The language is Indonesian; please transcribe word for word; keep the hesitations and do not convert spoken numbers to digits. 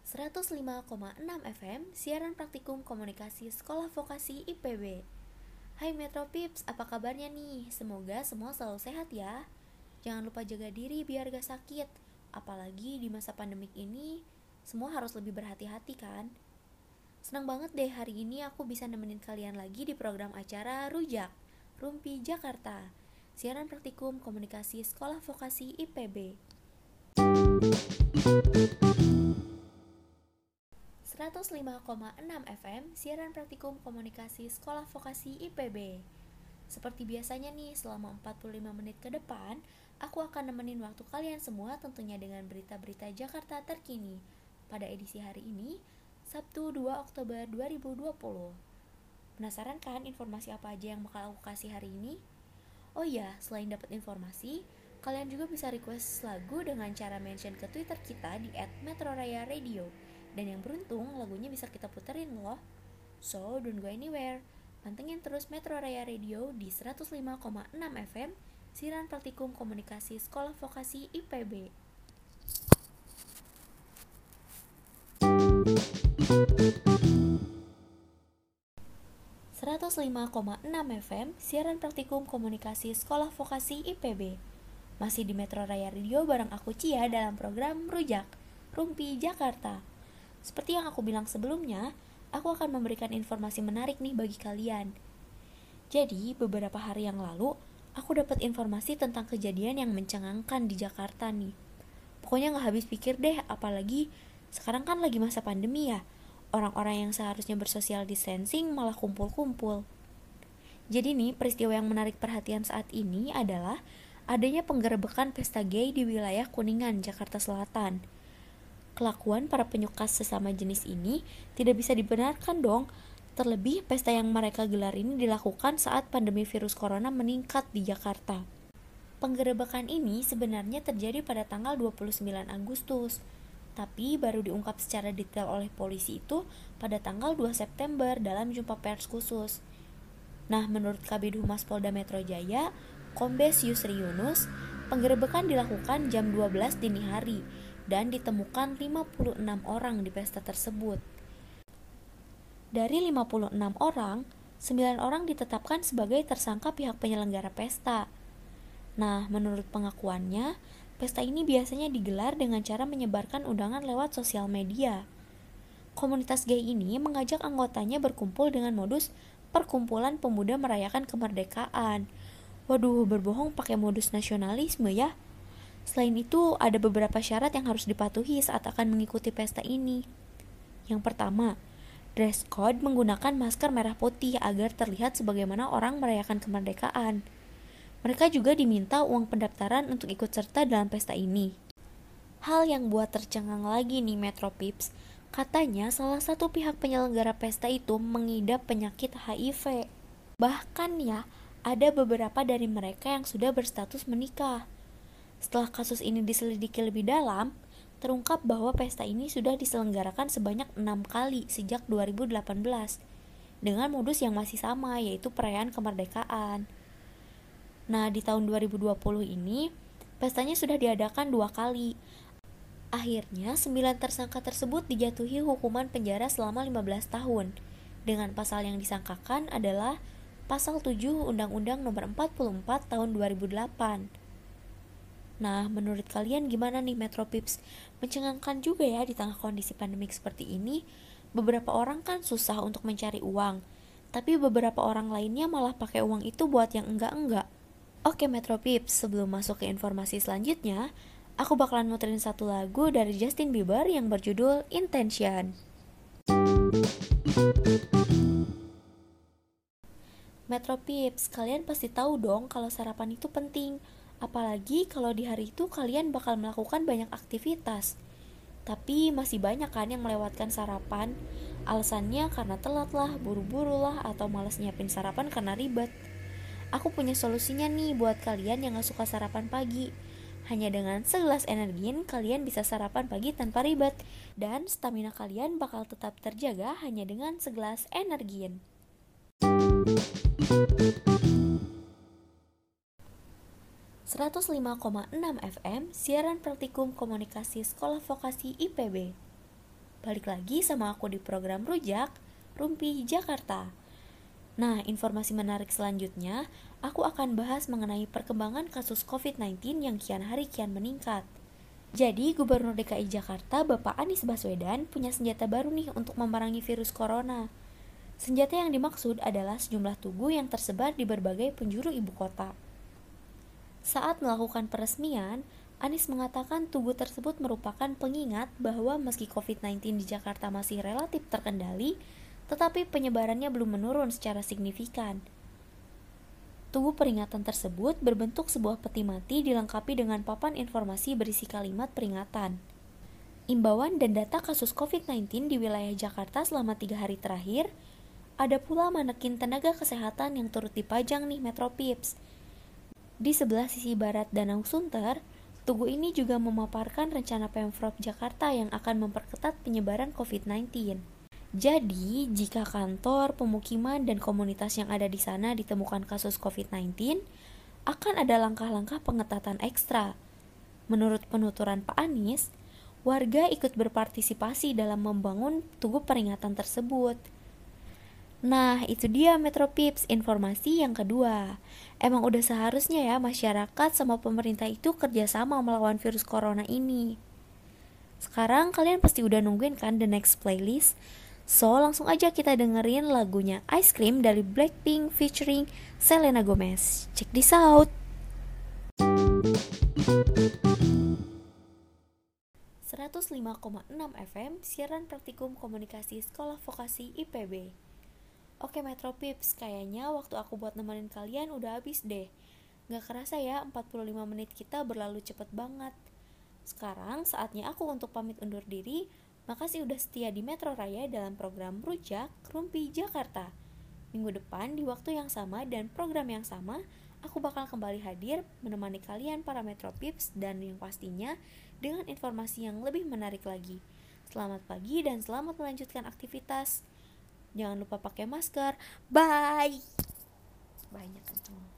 seratus lima koma enam F M, siaran praktikum komunikasi Sekolah Vokasi I P B. Hai Metro Pips, apa kabarnya nih? Semoga semua selalu sehat ya. Jangan lupa jaga diri biar gak sakit. Apalagi di masa pandemik ini, semua harus lebih berhati-hati kan? Senang banget deh hari ini aku bisa nemenin kalian lagi di program acara Rujak, Rumpi Jakarta, siaran praktikum komunikasi Sekolah Vokasi I P B. seratus lima koma enam F M, siaran praktikum komunikasi Sekolah Vokasi I P B. Seperti biasanya nih, selama empat puluh lima menit ke depan, aku akan nemenin waktu kalian semua tentunya dengan berita-berita Jakarta terkini. Pada edisi hari ini, Sabtu dua Oktober dua ribu dua puluh. Penasaran kan informasi apa aja yang bakal aku kasih hari ini? Oh iya, selain dapat informasi, kalian juga bisa request lagu dengan cara mention ke Twitter kita di et metroraya radio. Dan yang beruntung, lagunya bisa kita puterin loh. So, don't go anywhere. Pantengin terus Metro Raya Radio di seratus lima koma enam F M, siaran praktikum komunikasi Sekolah Vokasi I P B. seratus lima koma enam F M, siaran praktikum komunikasi Sekolah Vokasi I P B. Masih di Metro Raya Radio bareng aku Cia dalam program Rujak, Rumpi Jakarta. Seperti yang aku bilang sebelumnya, aku akan memberikan informasi menarik nih bagi kalian. Jadi, beberapa hari yang lalu, aku dapat informasi tentang kejadian yang mencengangkan di Jakarta nih. Pokoknya gak habis pikir deh, apalagi sekarang kan lagi masa pandemi ya. Orang-orang yang seharusnya bersosial distancing malah kumpul-kumpul. Jadi nih, peristiwa yang menarik perhatian saat ini adalah adanya penggerebekan pesta gay di wilayah Kuningan, Jakarta Selatan. Kelakuan para penyuka sesama jenis ini tidak bisa dibenarkan dong. Terlebih pesta yang mereka gelar ini dilakukan saat pandemi virus corona meningkat di Jakarta. Penggerebekan ini sebenarnya terjadi pada tanggal dua puluh sembilan Agustus, tapi baru diungkap secara detail oleh polisi itu pada tanggal dua September dalam jumpa pers khusus. Nah, menurut Kabid Humas Polda Metro Jaya, Kombes Yusri Yunus, penggerebekan dilakukan jam dua belas dini hari dan ditemukan lima puluh enam orang di pesta tersebut. Dari lima puluh enam orang, sembilan orang ditetapkan sebagai tersangka pihak penyelenggara pesta. Nah, menurut pengakuannya, pesta ini biasanya digelar dengan cara menyebarkan undangan lewat sosial media. Komunitas gay ini mengajak anggotanya berkumpul dengan modus perkumpulan pemuda merayakan kemerdekaan. Waduh, berbohong pakai modus nasionalisme ya. Selain itu, ada beberapa syarat yang harus dipatuhi saat akan mengikuti pesta ini. Yang pertama, dress code menggunakan masker merah putih agar terlihat sebagaimana orang merayakan kemerdekaan. Mereka juga diminta uang pendaftaran untuk ikut serta dalam pesta ini. Hal yang buat tercengang lagi nih Metro Pips, katanya salah satu pihak penyelenggara pesta itu mengidap penyakit H I V. Bahkan ya, ada beberapa dari mereka yang sudah berstatus menikah. Setelah kasus ini diselidiki lebih dalam, terungkap bahwa pesta ini sudah diselenggarakan sebanyak enam kali sejak dua ribu delapan belas, dengan modus yang masih sama, yaitu perayaan kemerdekaan. Nah, di tahun dua ribu dua puluh ini, pestanya sudah diadakan dua kali. Akhirnya, sembilan tersangka tersebut dijatuhi hukuman penjara selama lima belas tahun, dengan pasal yang disangkakan adalah Pasal tujuh Undang-Undang Nomor empat puluh empat Tahun dua ribu delapan. Nah, menurut kalian gimana nih Metro Pips? Mencengangkan juga ya di tengah kondisi pandemik seperti ini. Beberapa orang kan susah untuk mencari uang, tapi beberapa orang lainnya malah pakai uang itu buat yang enggak-enggak. Oke Metro Pips, sebelum masuk ke informasi selanjutnya, aku bakalan muterin satu lagu dari Justin Bieber yang berjudul Intention. Metro Pips, kalian pasti tahu dong kalau sarapan itu penting. Apalagi kalau di hari itu kalian bakal melakukan banyak aktivitas. Tapi masih banyak kan yang melewatkan sarapan. Alasannya karena telat lah, buru-buru lah, atau malas nyiapin sarapan karena ribet. Aku punya solusinya nih buat kalian yang gak suka sarapan pagi. Hanya dengan segelas Energin, kalian bisa sarapan pagi tanpa ribet. Dan stamina kalian bakal tetap terjaga hanya dengan segelas Energin. seratus lima koma enam F M, siaran praktikum komunikasi Sekolah Vokasi I P B. balik lagi sama aku di program Rujak, Rumpi Jakarta. Nah, informasi menarik selanjutnya, aku akan bahas mengenai perkembangan kasus covid sembilan belas yang kian hari kian meningkat. Jadi, Gubernur D K I Jakarta, Bapak Anies Baswedan, punya senjata baru nih untuk memerangi virus corona. Senjata yang dimaksud adalah sejumlah tugu yang tersebar di berbagai penjuru ibu kota. Saat melakukan peresmian, Anies mengatakan tugu tersebut merupakan pengingat bahwa meski covid sembilan belas di Jakarta masih relatif terkendali, tetapi penyebarannya belum menurun secara signifikan. Tugu peringatan tersebut berbentuk sebuah peti mati dilengkapi dengan papan informasi berisi kalimat peringatan. Imbauan dan data kasus covid sembilan belas di wilayah Jakarta selama tiga hari terakhir. Ada pula manekin tenaga kesehatan yang turut dipajang nih Metro Pips. Di sebelah sisi barat Danau Sunter, tugu ini juga memaparkan rencana Pemprov Jakarta yang akan memperketat penyebaran covid sembilan belas. Jadi, jika kantor, pemukiman, dan komunitas yang ada di sana ditemukan kasus covid sembilan belas, akan ada langkah-langkah pengetatan ekstra. Menurut penuturan Pak Anies, warga ikut berpartisipasi dalam membangun tugu peringatan tersebut. Nah, itu dia Metro Pips, informasi yang kedua. Emang udah seharusnya ya masyarakat sama pemerintah itu kerjasama melawan virus corona ini. Sekarang kalian pasti udah nungguin kan the next playlist? So, langsung aja kita dengerin lagunya Ice Cream dari Blackpink featuring Selena Gomez. Check this out! seratus lima koma enam F M, siaran praktikum komunikasi Sekolah Vokasi I P B. Oke Metro Pips, kayaknya waktu aku buat nemenin kalian udah habis deh. Gak kerasa ya, empat puluh lima menit kita berlalu cepet banget. Sekarang saatnya aku untuk pamit undur diri. Makasih udah setia di Metro Raya dalam program Rujak, Rumpi Jakarta. Minggu depan di waktu yang sama dan program yang sama, aku bakal kembali hadir menemani kalian para Metro Pips dan yang pastinya dengan informasi yang lebih menarik lagi. Selamat pagi dan selamat melanjutkan aktivitas. Jangan lupa pakai masker. Bye. Banyak kan.